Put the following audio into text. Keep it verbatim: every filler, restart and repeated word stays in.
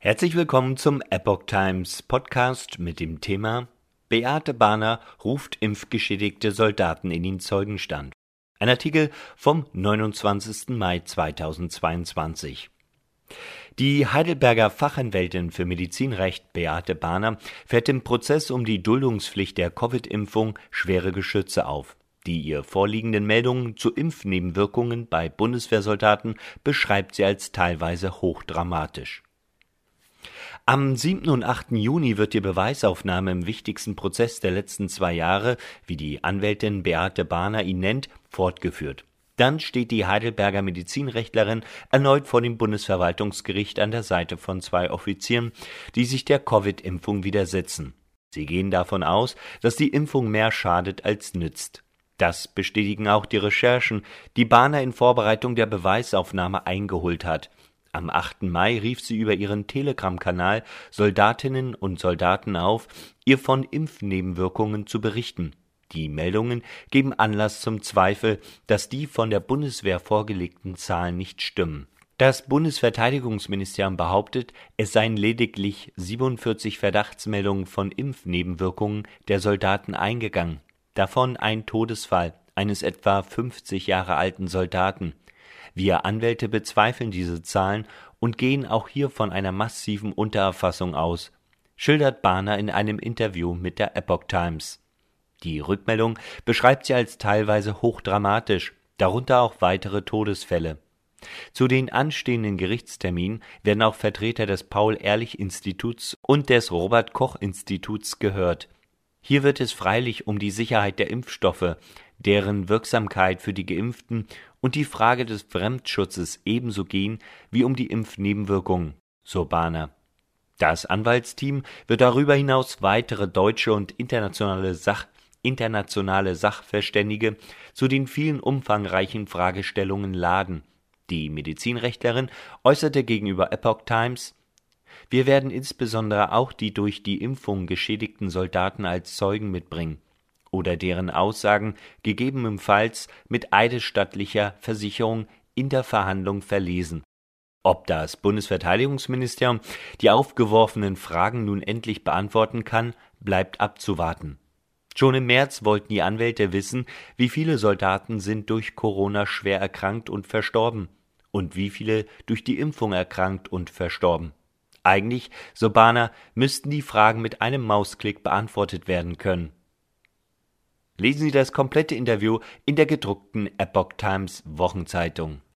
Herzlich willkommen zum Epoch Times Podcast mit dem Thema Beate Bahner ruft impfgeschädigte Soldaten in den Zeugenstand. Ein Artikel vom neunundzwanzigsten Mai zweitausendzweiundzwanzig. Die Heidelberger Fachanwältin für Medizinrecht Beate Bahner fährt im Prozess um die Duldungspflicht der Covid-Impfung schwere Geschütze auf. Die ihr vorliegenden Meldungen zu Impfnebenwirkungen bei Bundeswehrsoldaten beschreibt sie als teilweise hochdramatisch. Am siebten und achten Juni wird die Beweisaufnahme im wichtigsten Prozess der letzten zwei Jahre, wie die Anwältin Beate Bahner ihn nennt, fortgeführt. Dann steht die Heidelberger Medizinrechtlerin erneut vor dem Bundesverwaltungsgericht an der Seite von zwei Offizieren, die sich der Covid-Impfung widersetzen. Sie gehen davon aus, dass die Impfung mehr schadet als nützt. Das bestätigen auch die Recherchen, die Bahner in Vorbereitung der Beweisaufnahme eingeholt hat. Am achten Mai rief sie über ihren Telegram-Kanal Soldatinnen und Soldaten auf, ihr von Impfnebenwirkungen zu berichten. Die Meldungen geben Anlass zum Zweifel, dass die von der Bundeswehr vorgelegten Zahlen nicht stimmen. Das Bundesverteidigungsministerium behauptet, es seien lediglich siebenundvierzig Verdachtsmeldungen von Impfnebenwirkungen der Soldaten eingegangen, davon ein Todesfall eines etwa fünfzig Jahre alten Soldaten. Wir Anwälte bezweifeln diese Zahlen und gehen auch hier von einer massiven Untererfassung aus, schildert Bahner in einem Interview mit der Epoch Times. Die Rückmeldung beschreibt sie als teilweise hochdramatisch, darunter auch weitere Todesfälle. Zu den anstehenden Gerichtsterminen werden auch Vertreter des Paul-Ehrlich-Instituts und des Robert-Koch-Instituts gehört. Hier wird es freilich um die Sicherheit der Impfstoffe, deren Wirksamkeit für die Geimpften und die Frage des Fremdschutzes ebenso gehen wie um die Impfnebenwirkungen, so Bahner. Das Anwaltsteam wird darüber hinaus weitere deutsche und internationale, Sach internationale Sachverständige zu den vielen umfangreichen Fragestellungen laden. Die Medizinrechtlerin äußerte gegenüber Epoch Times: Wir werden insbesondere auch die durch die Impfung geschädigten Soldaten als Zeugen mitbringen oder deren Aussagen gegebenenfalls mit eidesstattlicher Versicherung in der Verhandlung verlesen. Ob das Bundesverteidigungsministerium die aufgeworfenen Fragen nun endlich beantworten kann, bleibt abzuwarten. Schon im März wollten die Anwälte wissen, wie viele Soldaten sind durch Corona schwer erkrankt und verstorben und wie viele durch die Impfung erkrankt und verstorben. Eigentlich, so Bahner, müssten die Fragen mit einem Mausklick beantwortet werden können. Lesen Sie das komplette Interview in der gedruckten Epoch Times Wochenzeitung.